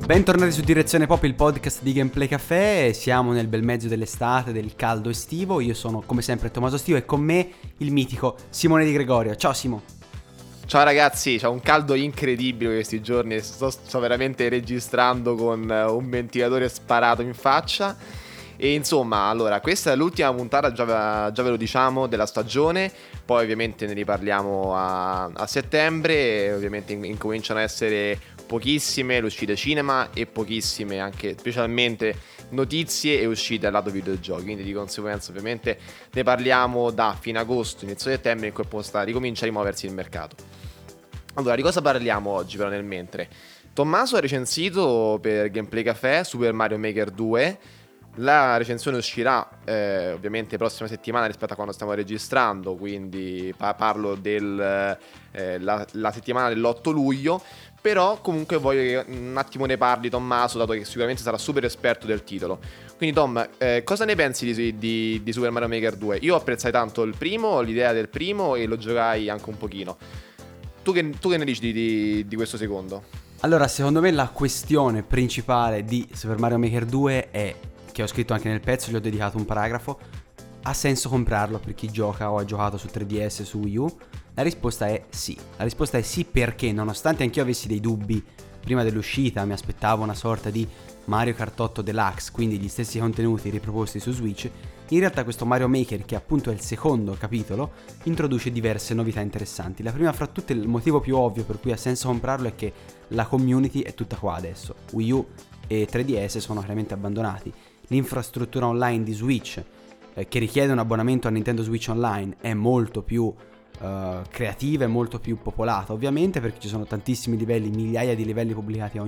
Bentornati su Direzione Pop, il podcast di Gameplay Café. Siamo nel bel mezzo dell'estate, del caldo estivo. Io sono come sempre Tommaso Stivo e con me il mitico Simone Di Gregorio. Ciao Simo. Ciao ragazzi, c'è un caldo incredibile questi giorni. Sto veramente registrando con un ventilatore sparato in faccia. E insomma, allora, questa è l'ultima puntata, già ve lo diciamo, della stagione. Poi ovviamente ne riparliamo a settembre. E ovviamente incominciano a essere pochissime le uscite cinema e pochissime anche specialmente notizie e uscite al lato videogiochi, quindi di conseguenza ovviamente ne parliamo da fine agosto, inizio settembre, in cui ricomincia a rimuoversi il mercato. Allora, di cosa parliamo oggi però nel mentre? Tommaso ha recensito per Gameplay Café Super Mario Maker 2. La recensione uscirà ovviamente prossima settimana rispetto a quando stiamo registrando, quindi parlo della settimana dell'8 luglio. Però comunque voglio che un attimo ne parli Tommaso, dato che sicuramente sarà super esperto del titolo. Quindi Tom, cosa ne pensi di Super Mario Maker 2? Io apprezzai tanto il primo, l'idea del primo, e lo giocai anche un pochino. Tu che ne dici di questo secondo? Allora, secondo me la questione principale di Super Mario Maker 2 è, che ho scritto anche nel pezzo, gli ho dedicato un paragrafo: ha senso comprarlo per chi gioca o ha giocato su 3DS, su Wii U? La risposta è sì. La risposta è sì perché, nonostante anch'io avessi dei dubbi prima dell'uscita, mi aspettavo una sorta di Mario Kart 8 Deluxe, quindi gli stessi contenuti riproposti su Switch, in realtà questo Mario Maker, che appunto è il secondo capitolo, introduce diverse novità interessanti. La prima fra tutte, il motivo più ovvio per cui ha senso comprarlo, è che la community è tutta qua adesso. Wii U e 3DS sono chiaramente abbandonati. L'infrastruttura online di Switch, che richiede un abbonamento a Nintendo Switch Online, è molto più creativa e molto più popolata, ovviamente, perché ci sono tantissimi livelli, migliaia di livelli pubblicati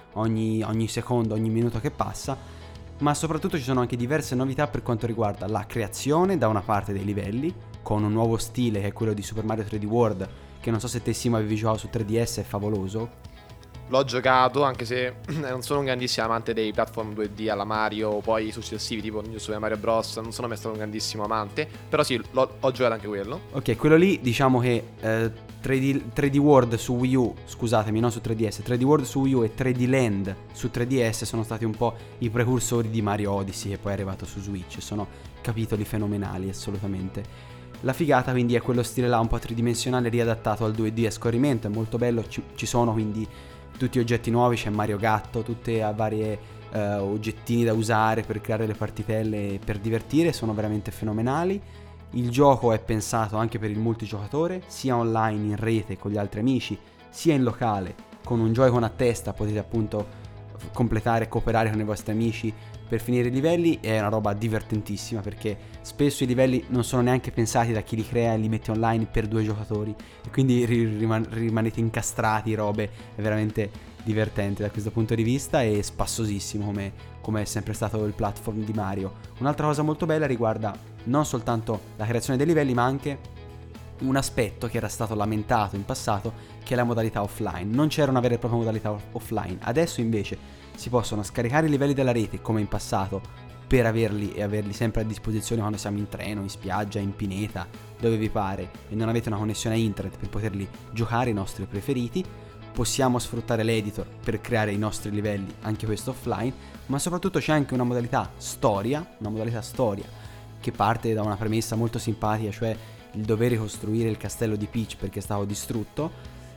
ogni secondo, ogni minuto che passa. Ma soprattutto ci sono anche diverse novità per quanto riguarda la creazione da una parte dei livelli, con un nuovo stile che è quello di Super Mario 3D World, che non so se te Simo avevi giocato su 3DS, è favoloso. L'ho giocato, anche se non sono un grandissimo amante dei platform 2D alla Mario, poi i successivi tipo Super Mario Bros. Non sono mai stato un grandissimo amante, però sì, ho giocato anche quello. Ok, quello lì diciamo che 3D World su Wii U, scusatemi, non su 3DS, 3D World su Wii U e 3D Land su 3DS sono stati un po' i precursori di Mario Odyssey, che poi è arrivato su Switch. Sono capitoli fenomenali, assolutamente. La figata quindi è quello stile là un po' tridimensionale riadattato al 2D a scorrimento, è molto bello, ci sono quindi tutti oggetti nuovi, c'è Mario Gatto, tutte varie oggettini da usare per creare le partitelle e per divertire, sono veramente fenomenali. Il gioco è pensato anche per il multigiocatore, sia online in rete con gli altri amici, sia in locale con un Joy-Con a testa. Potete appunto completare e cooperare con i vostri amici per finire i livelli. È una roba divertentissima, perché spesso i livelli non sono neanche pensati da chi li crea e li mette online per 2 giocatori, e quindi rimanete incastrati, robe. È veramente divertente da questo punto di vista e spassosissimo come è sempre stato il platform di Mario. Un'altra cosa molto bella riguarda non soltanto la creazione dei livelli, ma anche un aspetto che era stato lamentato in passato, che è la modalità offline. Non c'era una vera e propria modalità offline. Adesso invece si possono scaricare i livelli dalla rete come in passato, per averli sempre a disposizione quando siamo in treno, in spiaggia, in pineta, dove vi pare, e non avete una connessione a internet per poterli giocare, i nostri preferiti. Possiamo sfruttare l'editor per creare i nostri livelli, anche questo offline. Ma soprattutto c'è anche una modalità storia che parte da una premessa molto simpatica, cioè il dover ricostruire il castello di Peach perché è stato distrutto.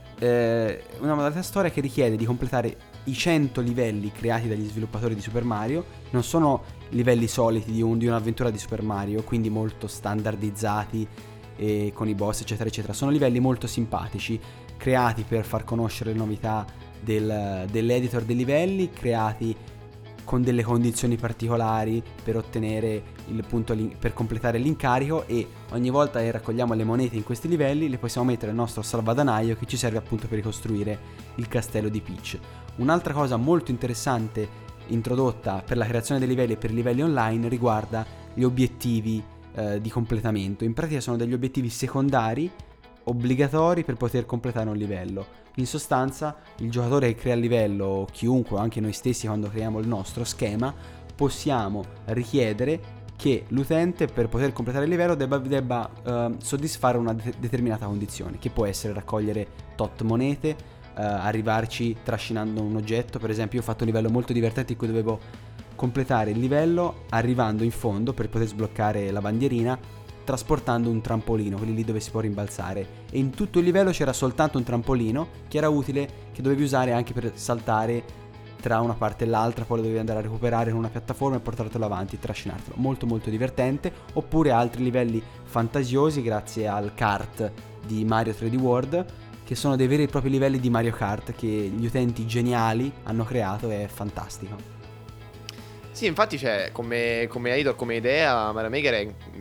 Una modalità storia che richiede di completare i 100 livelli creati dagli sviluppatori di Super Mario. Non sono livelli soliti di un'avventura di Super Mario, quindi molto standardizzati e con i boss eccetera eccetera. Sono livelli molto simpatici, creati per far conoscere le novità dell'editor dei livelli, creati con delle condizioni particolari per ottenere il punto, per completare l'incarico, e ogni volta che raccogliamo le monete in questi livelli le possiamo mettere nel nostro salvadanaio, che ci serve appunto per ricostruire il castello di Peach. Un'altra cosa molto interessante introdotta per la creazione dei livelli e per i livelli online riguarda gli obiettivi di completamento. In pratica sono degli obiettivi secondari obbligatori per poter completare un livello. In sostanza, il giocatore che crea il livello, chiunque, anche noi stessi quando creiamo il nostro schema, possiamo richiedere che l'utente, per poter completare il livello, debba soddisfare una determinata condizione, che può essere raccogliere tot monete, arrivarci trascinando un oggetto. Per esempio io ho fatto un livello molto divertente in cui dovevo completare il livello arrivando in fondo per poter sbloccare la bandierina trasportando un trampolino, quelli lì dove si può rimbalzare, e in tutto il livello c'era soltanto un trampolino che era utile, che dovevi usare anche per saltare tra una parte e l'altra, poi lo dovevi andare a recuperare in una piattaforma e portartelo avanti e trascinartelo. Molto molto divertente. Oppure altri livelli fantasiosi grazie al kart di Mario 3D World, che sono dei veri e propri livelli di Mario Kart che gli utenti geniali hanno creato. È fantastico. Sì, infatti come editor, come idea, Mario Maker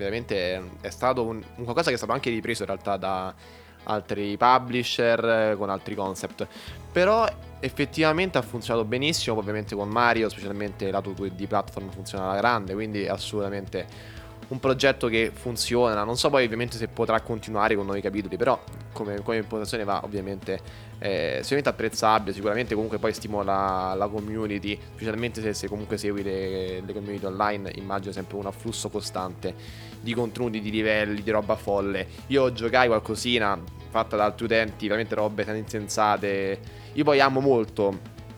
è stato un qualcosa che è stato anche ripreso in realtà da altri publisher con altri concept. Però effettivamente ha funzionato benissimo, ovviamente con Mario, specialmente lato 2D platform funziona alla grande, quindi è assolutamente un progetto che funziona. Non so poi ovviamente se potrà continuare con nuovi capitoli, però come impostazione va ovviamente sicuramente apprezzabile. Sicuramente comunque poi stimola la community, specialmente se comunque segui le community online. Immagino sempre un afflusso costante di contenuti, di livelli, di roba folle. Io giocai qualcosina fatta da altri utenti, veramente robe insensate. Io poi amo molto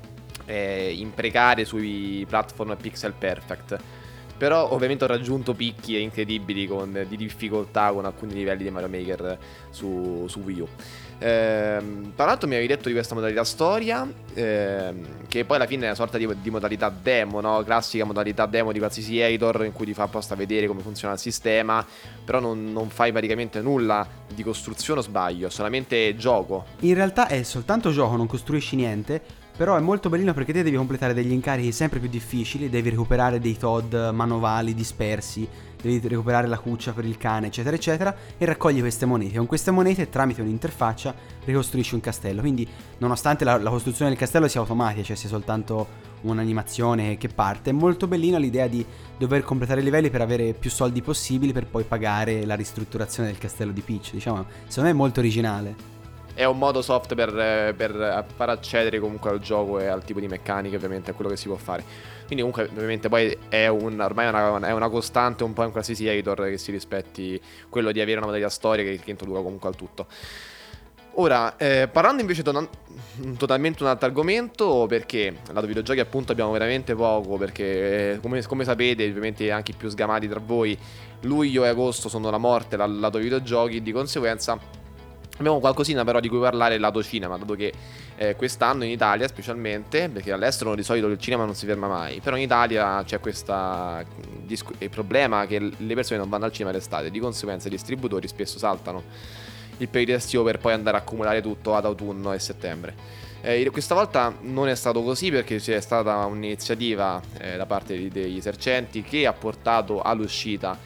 imprecare sui platform pixel perfect, però ovviamente ho raggiunto picchi incredibili di difficoltà con alcuni livelli di Mario Maker su Wii U. Tra l'altro mi avevi detto di questa modalità storia, che poi alla fine è una sorta di modalità demo, no? Classica modalità demo di qualsiasi editor, in cui ti fa apposta vedere come funziona il sistema, però non fai praticamente nulla di costruzione, o sbaglio, solamente gioco. In realtà è soltanto gioco, non costruisci niente. Però è molto bellino perché te devi completare degli incarichi sempre più difficili, devi recuperare dei Toad manovali dispersi, devi recuperare la cuccia per il cane, eccetera eccetera, e raccogli queste monete. Con queste monete, tramite un'interfaccia, ricostruisci un castello. Quindi nonostante la costruzione del castello sia automatica, cioè sia soltanto un'animazione che parte, è molto bellina l'idea di dover completare i livelli per avere più soldi possibili per poi pagare la ristrutturazione del castello di Peach. Diciamo, secondo me è molto originale. È un modo soft per far accedere comunque al gioco e al tipo di meccaniche, ovviamente, a quello che si può fare. Quindi comunque ovviamente poi ormai è una costante un po' in qualsiasi editor che si rispetti quello di avere una modalità storia che introduca comunque al tutto. Ora, parlando invece totalmente un altro argomento, perché lato videogiochi appunto abbiamo veramente poco, perché come sapete, ovviamente anche i più sgamati tra voi, luglio e agosto sono la morte lato videogiochi, di conseguenza abbiamo qualcosina però di cui parlare lato cinema, dato che quest'anno in Italia specialmente, perché all'estero di solito il cinema non si ferma mai, però in Italia c'è questo problema che le persone non vanno al cinema l'estate, di conseguenza i distributori spesso saltano il periodo estivo per poi andare a accumulare tutto ad autunno e settembre. Questa volta non è stato così, perché c'è stata un'iniziativa da parte degli esercenti che ha portato all'uscita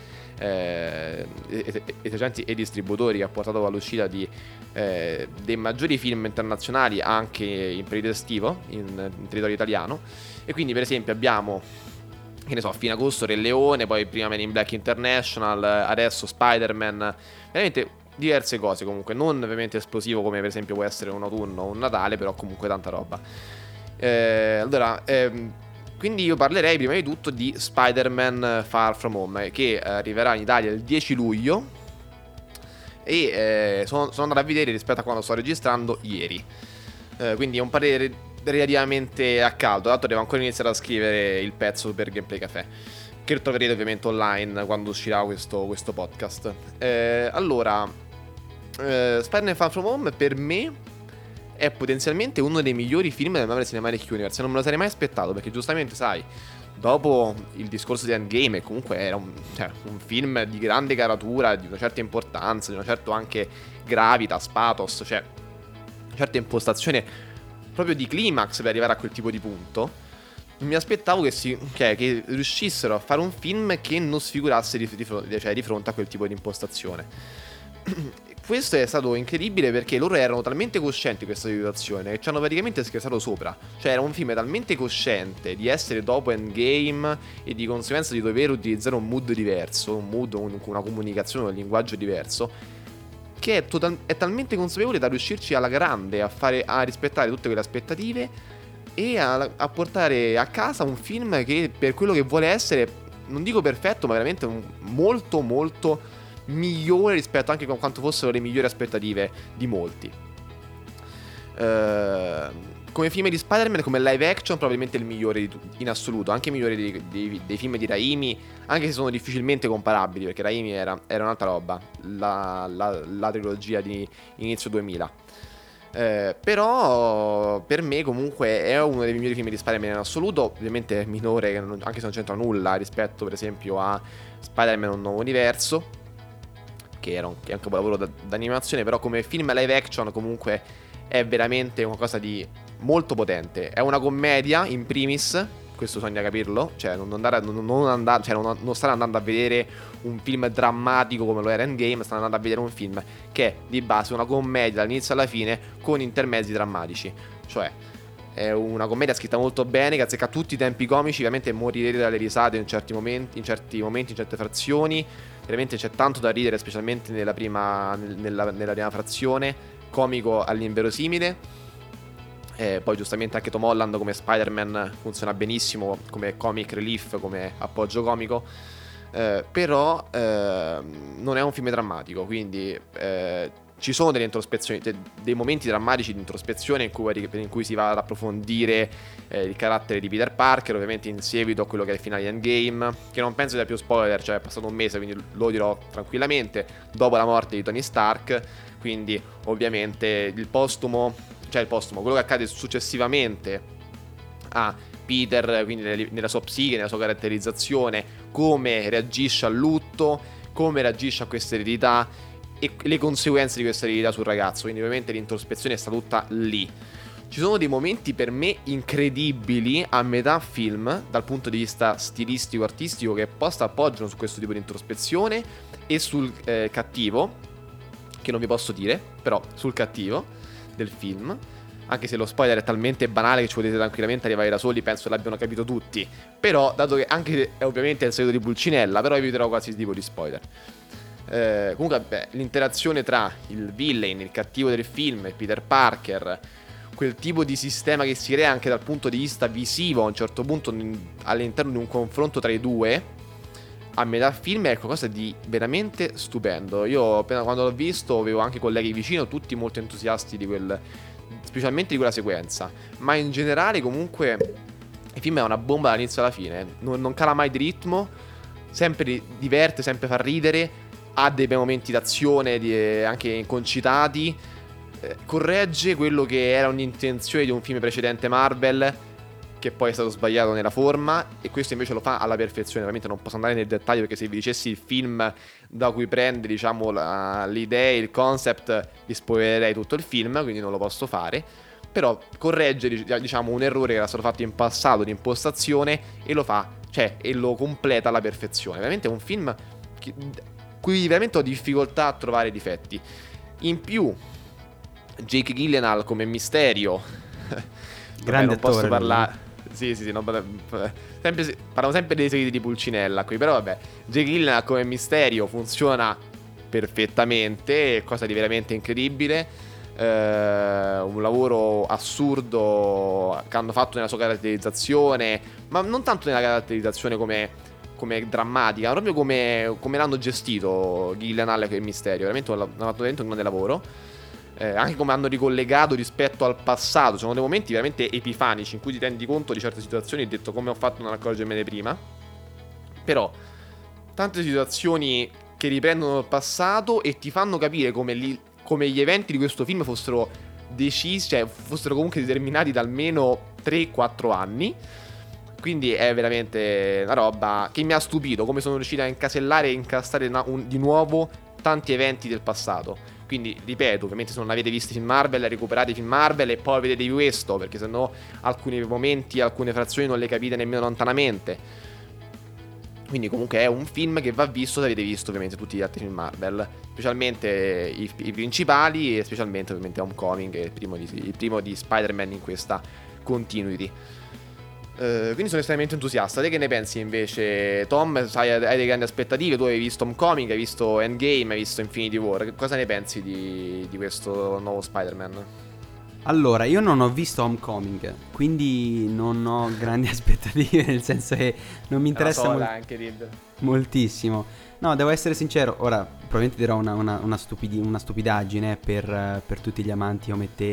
esercenti e distributori, che ha portato all'uscita dei maggiori film internazionali anche in periodo estivo in territorio italiano. E quindi per esempio abbiamo, che ne so, a fine agosto Re Leone, poi prima Men in Black International, adesso Spider-Man, veramente diverse cose, comunque non ovviamente esplosivo come per esempio può essere un autunno o un Natale, però comunque tanta roba. Quindi io parlerei prima di tutto di Spider-Man Far From Home, che arriverà in Italia il 10 luglio e sono andato a vedere rispetto a quando sto registrando ieri. Quindi è un parere relativamente a caldo, dato devo ancora iniziare a scrivere il pezzo per Gameplay Café, che troverete ovviamente online quando uscirà questo podcast. Spider-Man Far From Home per me è potenzialmente uno dei migliori film del Marvel Cinematic Universe. Non me lo sarei mai aspettato, perché giustamente, sai, dopo il discorso di Endgame, comunque era un film di grande caratura, di una certa importanza, di una certa anche gravitas, pathos, cioè una certa impostazione proprio di climax per arrivare a quel tipo di punto. Non mi aspettavo che riuscissero a fare un film che non sfigurasse di fronte a quel tipo di impostazione. Questo è stato incredibile, perché loro erano talmente coscienti di questa situazione che ci hanno praticamente scherzato sopra. Cioè era un film talmente cosciente di essere dopo Endgame e di conseguenza di dover utilizzare un mood diverso, una comunicazione, un linguaggio diverso, che è talmente consapevole da riuscirci alla grande a rispettare tutte quelle aspettative e a portare a casa un film che, per quello che vuole essere, non dico perfetto, ma veramente molto molto migliore rispetto anche a quanto fossero le migliori aspettative di molti. Come film di Spider-Man, come live action, probabilmente il migliore in assoluto, anche il migliore dei film di Raimi, anche se sono difficilmente comparabili, perché Raimi era un'altra roba, la trilogia di inizio 2000. Però per me comunque è uno dei migliori film di Spider-Man in assoluto, ovviamente è minore, anche se non c'entra nulla rispetto per esempio a Spider-Man Un Nuovo Universo, che è anche un capolavoro d'animazione, però come film live action comunque è veramente qualcosa di molto potente. È una commedia in primis, questo bisogna capirlo, cioè non stare andando a vedere un film drammatico come lo era Endgame, stanno andando a vedere un film che è di base una commedia dall'inizio alla fine con intermezzi drammatici. Cioè è una commedia scritta molto bene, che azzecca tutti i tempi comici, veramente morirete dalle risate in certi momenti, in certe frazioni. Veramente c'è tanto da ridere, specialmente nella prima frazione, comico all'inverosimile. Poi giustamente anche Tom Holland come Spider-Man funziona benissimo come comic relief, come appoggio comico. Però non è un film drammatico, quindi ci sono delle introspezioni, dei momenti drammatici di introspezione in cui si va ad approfondire il carattere di Peter Parker, ovviamente in seguito a quello che è il finale di Endgame, che non penso sia più spoiler, cioè è passato un mese, quindi lo dirò tranquillamente, dopo la morte di Tony Stark. Quindi ovviamente quello che accade successivamente a Peter, quindi nella sua psiche, nella sua caratterizzazione, come reagisce al lutto, come reagisce a questa eredità e le conseguenze di questa eredità sul ragazzo. Quindi ovviamente l'introspezione sta tutta lì. Ci sono dei momenti per me incredibili a metà film dal punto di vista stilistico, artistico, che appoggiano su questo tipo di introspezione e sul cattivo, che non vi posso dire, però sul cattivo del film. Anche se lo spoiler è talmente banale che ci potete tranquillamente arrivare da soli, penso l'abbiano capito tutti. Però, dato che anche ovviamente è il segreto di Pulcinella, però eviterò qualsiasi tipo di spoiler. Comunque, l'interazione tra il villain, il cattivo del film e Peter Parker, quel tipo di sistema che si crea anche dal punto di vista visivo a un certo punto all'interno di un confronto tra i due, a metà film è qualcosa di veramente stupendo. Io appena quando l'ho visto avevo anche colleghi vicino, tutti molto entusiasti specialmente di quella sequenza. Ma in generale comunque il film è una bomba dall'inizio alla fine, non cala mai di ritmo, sempre diverte, sempre fa ridere, ha dei bei momenti d'azione anche concitati, corregge quello che era un'intenzione di un film precedente Marvel, che poi è stato sbagliato nella forma, e questo invece lo fa alla perfezione. Veramente non posso andare nel dettaglio, perché se vi dicessi il film da cui prende, diciamo, le idee, il concept, vi spoilerei tutto il film, quindi non lo posso fare. Però corregge, diciamo, un errore che era stato fatto in passato di impostazione, e lo fa, cioè, e lo completa alla perfezione. Veramente è un film cui veramente ho difficoltà a trovare difetti. In più Jake Gyllenhaal come Mysterio grande non posso attore, parlare. Sì, parliamo sempre dei segreti di Pulcinella qui, però vabbè, Jake Gyllenhaal come Mysterio funziona perfettamente, è cosa di veramente incredibile. Un lavoro assurdo che hanno fatto nella sua caratterizzazione, ma non tanto nella caratterizzazione come drammatica, proprio come l'hanno gestito Gyllenhaal e Mysterio. Veramente hanno fatto dentro un grande lavoro. Anche come hanno ricollegato rispetto al passato. Sono dei momenti veramente epifanici in cui ti rendi conto di certe situazioni e hai detto: come ho fatto a non accorgermene prima. Però tante situazioni che riprendono il passato e ti fanno capire come gli eventi di questo film fossero decisi, cioè fossero comunque determinati da almeno 3-4 anni. Quindi è veramente una roba che mi ha stupito, come sono riusciti a incasellare e incastrare di nuovo tanti eventi del passato. Quindi, ripeto, ovviamente se non avete visto i film Marvel, recuperate i film Marvel e poi vedete questo, perché sennò alcuni momenti, alcune frazioni non le capite nemmeno lontanamente. Quindi comunque è un film che va visto se avete visto ovviamente tutti gli altri film Marvel, specialmente i principali, e specialmente ovviamente Homecoming, che è il primo di Spider-Man in questa continuity. Quindi sono estremamente entusiasta. Te che ne pensi invece, Tom? Sai, hai delle grandi aspettative. Tu hai visto Homecoming, hai visto Endgame, hai visto Infinity War. Cosa ne pensi di questo nuovo Spider-Man? Allora, io non ho visto Homecoming, quindi non ho grandi aspettative, nel senso che non mi interessa moltissimo. No, devo essere sincero, ora probabilmente dirò una stupidaggine per tutti gli amanti come te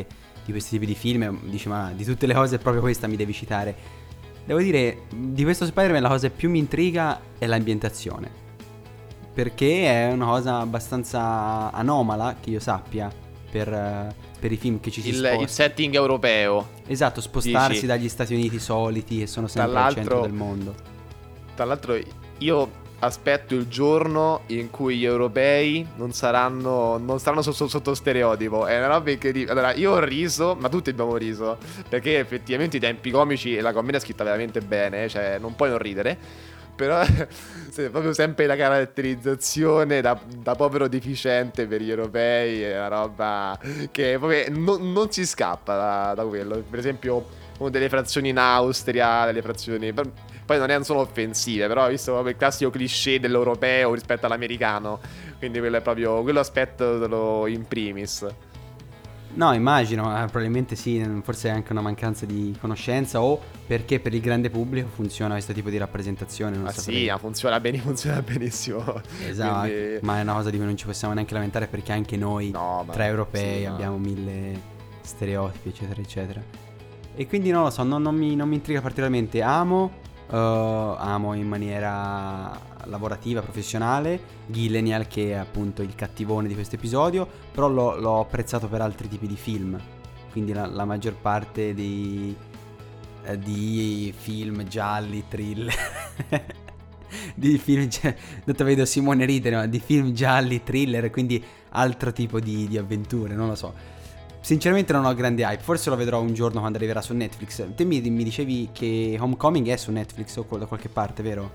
di questi tipi di film, dici ma di tutte le cose proprio questa mi devi citare. Devo dire, di questo Spider-Man la cosa che più mi intriga è l'ambientazione, perché è una cosa abbastanza anomala, che io sappia, per i film che ci si sposta. Il setting europeo. Esatto, spostarsi dici, dagli Stati Uniti soliti, che sono sempre al centro del mondo. Tra l'altro io aspetto il giorno in cui gli europei non saranno sotto stereotipo. È una roba incredibile. Allora, io ho riso, ma tutti abbiamo riso, perché effettivamente i tempi comici e la commedia è scritta veramente bene, cioè non puoi non ridere. Però sì, proprio sempre la caratterizzazione da povero deficiente per gli europei è una roba che proprio non si scappa da quello. Per esempio, delle frazioni in Austria, delle frazioni... Poi non sono offensive, però ho visto proprio il classico cliché dell'europeo rispetto all'americano. Quindi quello è proprio... quello aspetto in primis. No, immagino, probabilmente sì, forse è anche una mancanza di conoscenza o perché per il grande pubblico funziona questo tipo di rappresentazione. Non sì, funziona benissimo. Esatto, quindi... ma è una cosa di cui non ci possiamo neanche lamentare, perché anche noi tra europei sì, abbiamo mille stereotipi, eccetera, eccetera. E quindi non lo so, non mi intriga particolarmente. Amo in maniera lavorativa, professionale Gyllenhaal, che è appunto il cattivone di questo episodio, però l'ho apprezzato per altri tipi di film. Quindi la maggior parte di film gialli, thriller di film detto, vedo Simone ridere, ma di film gialli, thriller, quindi altro tipo di avventure, non lo so. Sinceramente non ho grande hype, forse lo vedrò un giorno quando arriverà su Netflix. Te mi dicevi che Homecoming è su Netflix o da qualche parte, vero?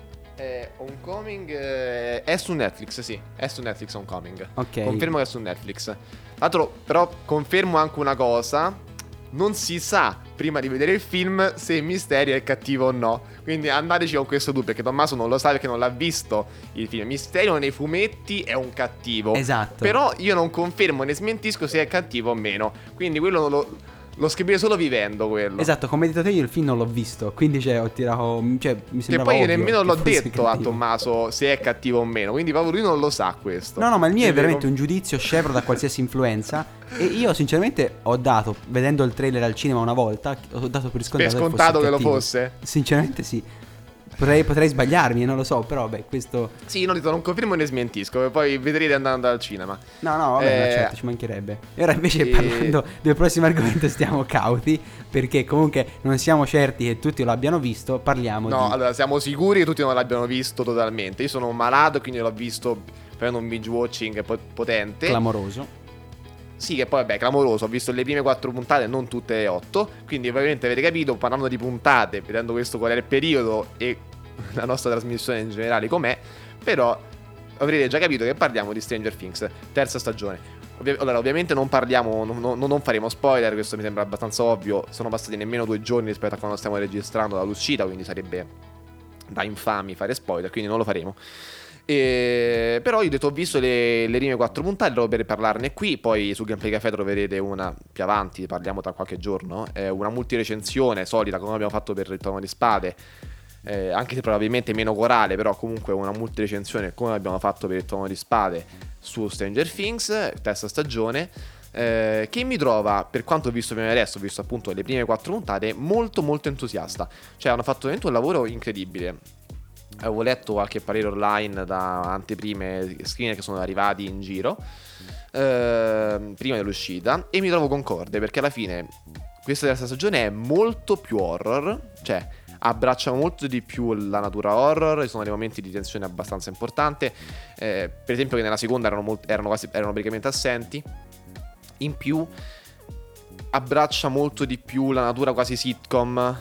Homecoming è su Netflix, sì, è su Netflix Homecoming. Ok. Confermo che è su Netflix. Tra l'altro, però, confermo anche una cosa. Non si sa prima di vedere il film se Mysterio è cattivo o no. Quindi andateci con questo dubbio, perché Tommaso non lo sa perché non l'ha visto il film. Mysterio nei fumetti è un cattivo. Esatto. Però io non confermo né smentisco se è cattivo o meno. Quindi quello lo scoprire solo vivendo, quello. Esatto, come hai detto te, io il film non l'ho visto, quindi ho tirato, mi sembrava che poi io ovvio nemmeno che l'ho fosse detto cattivo. a Tommaso se è cattivo o meno. Quindi proprio lui non lo sa questo. No, ma il mio è Quindi veramente un giudizio scevro da qualsiasi influenza. E io sinceramente ho dato, vedendo il trailer al cinema una volta, ho dato per scontato che lo cattivo. fosse. Sinceramente sì. Potrei sbagliarmi, non lo so, però beh, questo... Sì, non confermo né smentisco. Poi vedrete andando al cinema. No, vabbè, ma certo, ci mancherebbe. E ora invece parlando del prossimo argomento stiamo cauti, perché comunque non siamo certi che tutti lo abbiano visto, parliamo di... allora, siamo sicuri che tutti non l'abbiano visto totalmente. Io sono malato, quindi l'ho visto facendo un binge watching potente. Clamoroso. Sì, che poi vabbè, clamoroso. Ho visto le prime 4 puntate, non tutte le 8. Quindi ovviamente avete capito, parlando di puntate, vedendo questo qual è il periodo e la nostra trasmissione in generale com'è. Però avrete già capito che parliamo di Stranger Things, terza stagione. Allora, ovviamente non parliamo, non faremo spoiler, questo mi sembra abbastanza ovvio. Sono passati nemmeno 2 giorni rispetto a quando stiamo registrando dall'uscita, quindi sarebbe da infami fare spoiler, quindi non lo faremo. Però io ho detto, ho visto le prime 4 puntate proprio per parlarne qui. Poi su Gameplay Café troverete una più avanti, parliamo tra qualche giorno, una multirecensione solita come abbiamo fatto per il Trono di Spade, anche se probabilmente meno corale, però comunque una multirecensione come abbiamo fatto per il Trono di Spade su Stranger Things, terza stagione, che mi trova, per quanto ho visto prima di adesso, ho visto appunto le prime 4 puntate, molto molto entusiasta. Cioè hanno fatto veramente un lavoro incredibile. Avevo letto qualche parere online da anteprime, screener che sono arrivati in giro prima dell'uscita, e mi trovo concorde, perché alla fine questa terza stagione è molto più horror, cioè abbraccia molto di più la natura horror, ci sono dei momenti di tensione abbastanza importante, per esempio che nella seconda erano praticamente assenti. In più abbraccia molto di più la natura quasi sitcom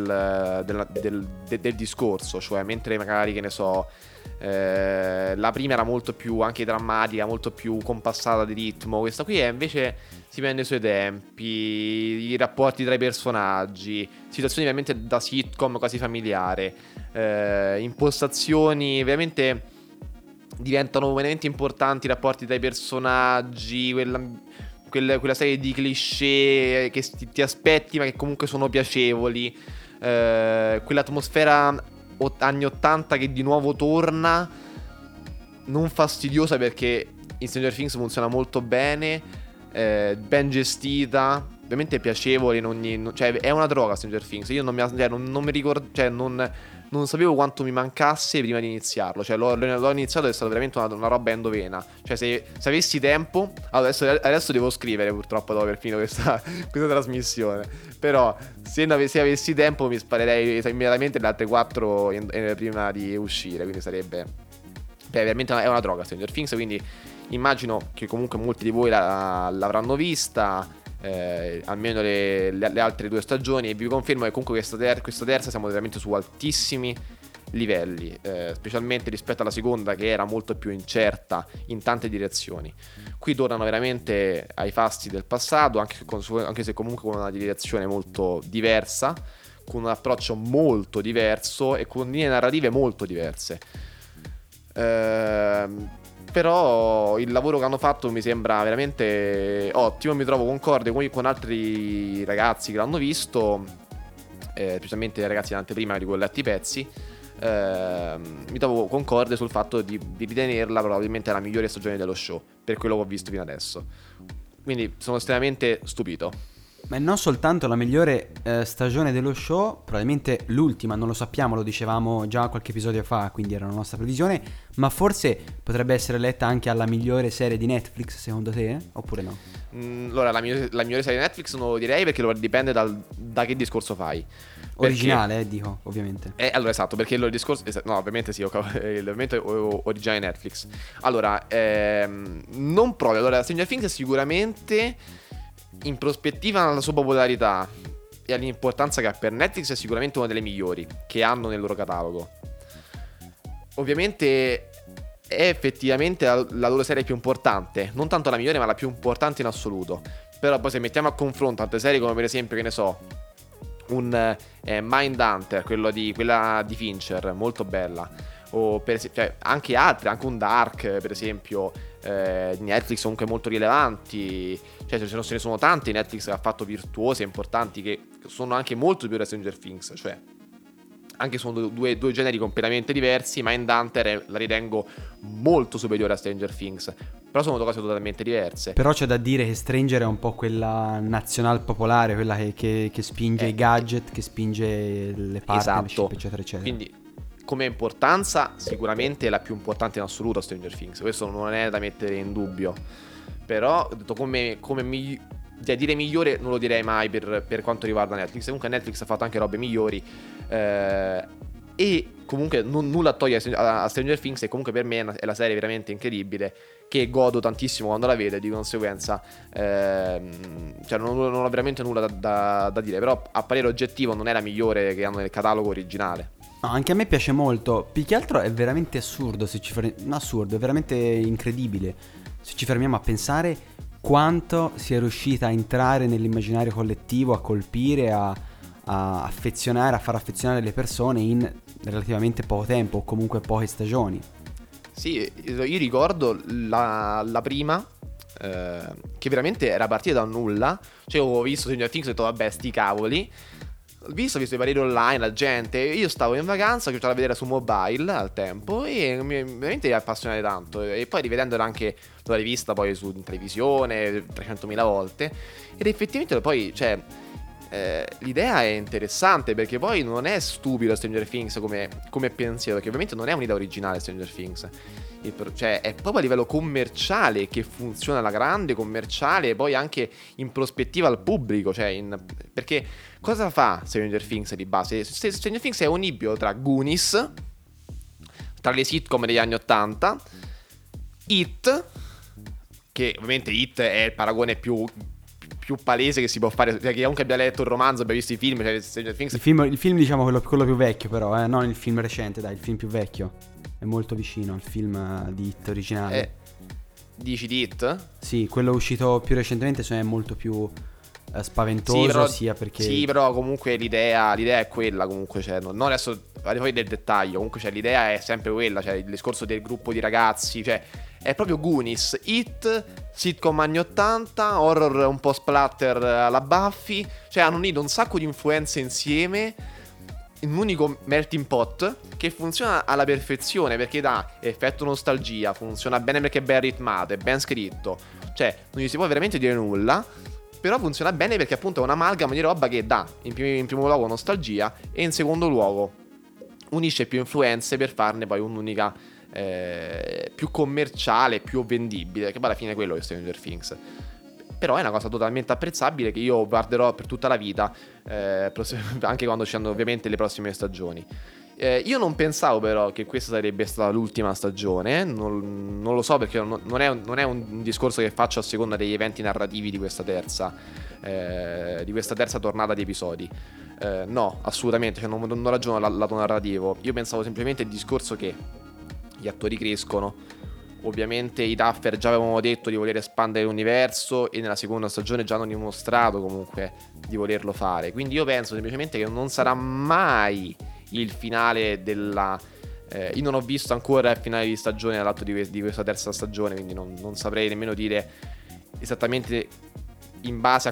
del discorso, cioè mentre magari, che ne so, la prima era molto più anche drammatica, molto più compassata di ritmo, questa qui è invece si prende i suoi tempi, i rapporti tra i personaggi, situazioni veramente da sitcom quasi familiare, impostazioni veramente, diventano veramente importanti i rapporti tra i personaggi, quella serie di cliché che ti aspetti ma che comunque sono piacevoli, quell'atmosfera anni 80 che di nuovo torna, non fastidiosa, perché in Stranger Things funziona molto bene, ben gestita, veramente piacevole in ogni, cioè è una droga Stranger Things. Io non mi ricordo, cioè non sapevo quanto mi mancasse prima di iniziarlo. Cioè l'ho iniziato ed è stata veramente una roba endovena. Cioè se avessi tempo, allora, adesso devo scrivere purtroppo dopo aver finito questa trasmissione. Però se avessi tempo mi sparerei immediatamente le altre 4 prima di uscire. Quindi sarebbe, veramente è una droga Stranger Things. Quindi immagino che comunque molti di voi l'avranno vista. Almeno le altre 2 stagioni, e vi confermo che comunque questa terza siamo veramente su altissimi livelli, specialmente rispetto alla seconda, che era molto più incerta in tante direzioni. Qui tornano veramente ai fasti del passato, anche se comunque con una direzione molto diversa, con un approccio molto diverso e con linee narrative molto diverse. Però il lavoro che hanno fatto mi sembra veramente ottimo. Mi trovo concorde con altri ragazzi che l'hanno visto, specialmente i ragazzi dell'anteprima di cui ho letto i pezzi. Mi trovo concorde sul fatto di ritenerla probabilmente la migliore stagione dello show, per quello che ho visto fino adesso. Quindi sono estremamente stupito. Ma non soltanto la migliore stagione dello show, probabilmente l'ultima, non lo sappiamo, lo dicevamo già qualche episodio fa, quindi era una nostra previsione, ma forse potrebbe essere letta anche alla migliore serie di Netflix, secondo te? Oppure no? Allora, la migliore serie di Netflix non lo direi, perché dipende da che discorso fai. Originale, dico, ovviamente. Allora, esatto, perché il discorso... No, ovviamente sì, ovviamente originale Netflix. Allora, non proprio. Allora, Stranger Things è sicuramente, in prospettiva alla sua popolarità e all'importanza che ha per Netflix, è sicuramente una delle migliori che hanno nel loro catalogo. Ovviamente è effettivamente la loro serie più importante, non tanto la migliore, ma la più importante in assoluto. Però poi se mettiamo a confronto altre serie come per esempio, che ne so, un Mindhunter, quella di Fincher, molto bella, o cioè, anche altre, anche un Dark per esempio, di Netflix, comunque molto rilevanti. Cioè ce ne sono tante Netflix che ha fatto virtuose e importanti, che sono anche molto più da Stranger Things. Cioè anche sono due generi completamente diversi. Mindhunter la ritengo molto superiore a Stranger Things, però sono due cose totalmente diverse. Però c'è da dire che Stranger è un po' quella nazional popolare, quella che spinge i gadget, che spinge le partnership, esatto, eccetera eccetera. Quindi come importanza sicuramente è la più importante in assoluto Stranger Things, questo non è da mettere in dubbio. Però detto dire migliore non lo direi mai per quanto riguarda Netflix. Comunque Netflix ha fatto anche robe migliori, e comunque nulla toglie a Stranger Things, e comunque per me è la serie veramente incredibile, che godo tantissimo quando la vedo, e di conseguenza cioè non ho veramente nulla da dire. Però a parere oggettivo non è la migliore che hanno nel catalogo originale. No, anche a me piace molto. Più che altro è veramente assurdo, assurdo, è veramente incredibile se ci fermiamo a pensare quanto sia riuscita a entrare nell'immaginario collettivo, a colpire, a affezionare, a far affezionare le persone in relativamente poco tempo, o comunque poche stagioni. Sì, io ricordo la prima, che veramente era partita da nulla. Cioè ho visto Stranger Things e ho detto vabbè, sti cavoli. Ho visto i pareri online, la gente. Io stavo in vacanza, che ho a vedere su mobile al tempo, e veramente mi appassionai tanto. E poi rivedendola anche, l'ho rivista poi in televisione 300.000 volte. Ed effettivamente poi, cioè, l'idea è interessante, perché poi non è stupido Stranger Things come pensiero, perché ovviamente non è un'idea originale Stranger Things. Cioè è proprio a livello commerciale che funziona alla grande, commerciale, e poi anche in prospettiva al pubblico. Cioè perché cosa fa Stranger Things di base? Stranger Things è un ibrido tra Goonies, tra le sitcom degli anni 80, It, che ovviamente It è il paragone più palese che si può fare, cioè, chiunque abbia letto il romanzo, abbia visto i film, cioè Stranger Things. Il film diciamo quello più vecchio, però non il film recente, dai, il film più vecchio. È molto vicino al film di It originale. Dici di It? Sì, quello uscito più recentemente è molto più spaventoso, sì, però, sia perché... Sì, però comunque l'idea è quella, comunque, cioè, non adesso poi del dettaglio, comunque cioè, l'idea è sempre quella, cioè il discorso del gruppo di ragazzi, cioè è proprio Goonies, It, sitcom anni 80, horror un po' splatter alla Buffy, cioè hanno unito un sacco di influenze insieme in un unico melting pot che funziona alla perfezione, perché dà effetto nostalgia, funziona bene perché è ben ritmato, è ben scritto, cioè non gli si può veramente dire nulla. però funziona bene perché appunto è un'amalgama di roba che dà in primo luogo nostalgia e in secondo luogo unisce più influenze per farne poi un'unica più commerciale, più vendibile, che poi alla fine è quello che Stranger Things. Però è una cosa totalmente apprezzabile che io guarderò per tutta la vita, anche quando ci saranno ovviamente le prossime stagioni. Io non pensavo però che questa sarebbe stata l'ultima stagione, non lo so perché non è un discorso che faccio a seconda degli eventi narrativi di questa terza tornata di episodi. No, assolutamente, cioè non ragiono lato narrativo. Io pensavo semplicemente il discorso che gli attori crescono. Ovviamente i Duffer già avevano detto di voler espandere l'universo e nella seconda stagione già hanno dimostrato comunque di volerlo fare. Quindi io penso semplicemente che non sarà mai il finale della... io non ho visto ancora il finale di stagione all'atto di questa terza stagione, quindi non saprei nemmeno dire esattamente in base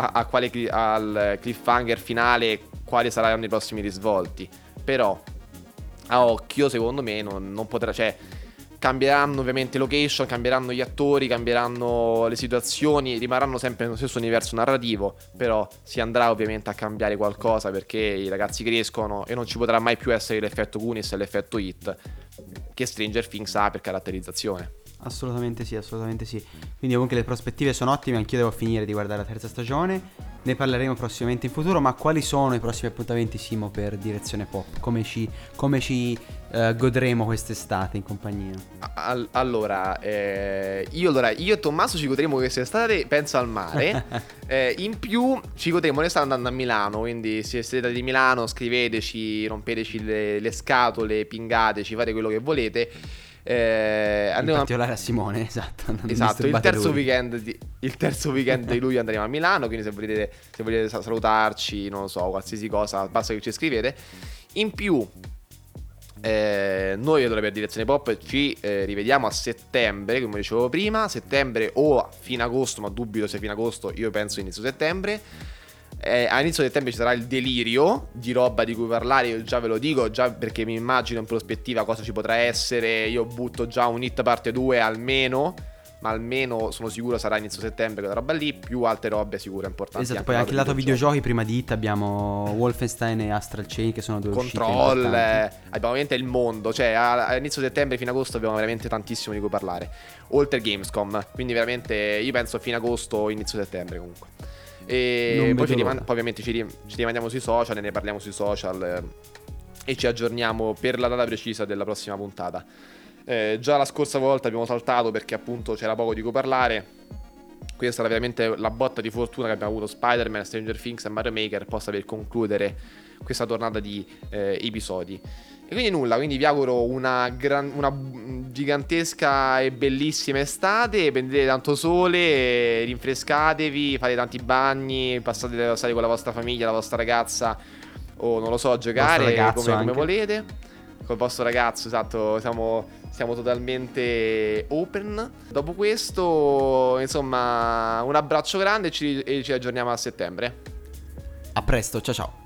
al cliffhanger finale quali saranno i prossimi risvolti. Però a occhio secondo me non potrà, cioè cambieranno ovviamente location, cambieranno gli attori, cambieranno le situazioni, rimarranno sempre nello stesso universo narrativo, però si andrà ovviamente a cambiare qualcosa perché i ragazzi crescono e non ci potrà mai più essere l'effetto Goonies e l'effetto Hit che Stranger Things ha per caratterizzazione. Assolutamente sì, assolutamente sì. Quindi comunque le prospettive sono ottime, anch'io devo finire di guardare la terza stagione. Ne parleremo prossimamente in futuro, ma quali sono i prossimi appuntamenti, Simo, per Direzione Pop? Come ci godremo quest'estate in compagnia? Allora, io e Tommaso ci godremo quest'estate, penso al mare. In più ci godremo, noi stiamo andando a Milano, quindi se siete di Milano scriveteci, rompeteci le scatole, pingateci, fate quello che volete. In particolare a Simone, esatto, il terzo weekend di luglio andremo a Milano, quindi se volete salutarci, non lo so, qualsiasi cosa, basta che ci scrivete. In più noi allora per Direzione Pop ci rivediamo a settembre, come dicevo prima, settembre o a fine agosto, ma dubito se fine agosto, io penso inizio settembre. A inizio settembre ci sarà il delirio di roba di cui parlare, io già ve lo dico, già perché mi immagino in prospettiva cosa ci potrà essere. Io butto già un Hit parte 2 almeno, ma almeno sono sicuro sarà inizio settembre quella roba lì, più altre robe sicure importanti. Esatto, poi anche il lato videogiochi, prima di Hit abbiamo Wolfenstein e Astral Chain che sono due Control, uscite importanti. Abbiamo ovviamente il mondo, cioè a inizio settembre fino agosto abbiamo veramente tantissimo di cui parlare, oltre Gamescom, quindi veramente io penso fine agosto, inizio settembre comunque. E poi ovviamente ci rimaniamo sui social e ne parliamo sui social e ci aggiorniamo per la data precisa della prossima puntata. Già la scorsa volta abbiamo saltato perché appunto c'era poco di cui parlare. Questa era veramente la botta di fortuna che abbiamo avuto. Spider-Man, Stranger Things e Mario Maker possa per concludere questa tornata di episodi. E quindi nulla, quindi vi auguro una gigantesca e bellissima estate, prendete tanto sole, rinfrescatevi, fate tanti bagni, passate con la vostra famiglia, la vostra ragazza o non lo so, giocare come volete. Col vostro ragazzo, esatto, siamo totalmente open. Dopo questo, insomma, un abbraccio grande e ci aggiorniamo a settembre. A presto, ciao ciao.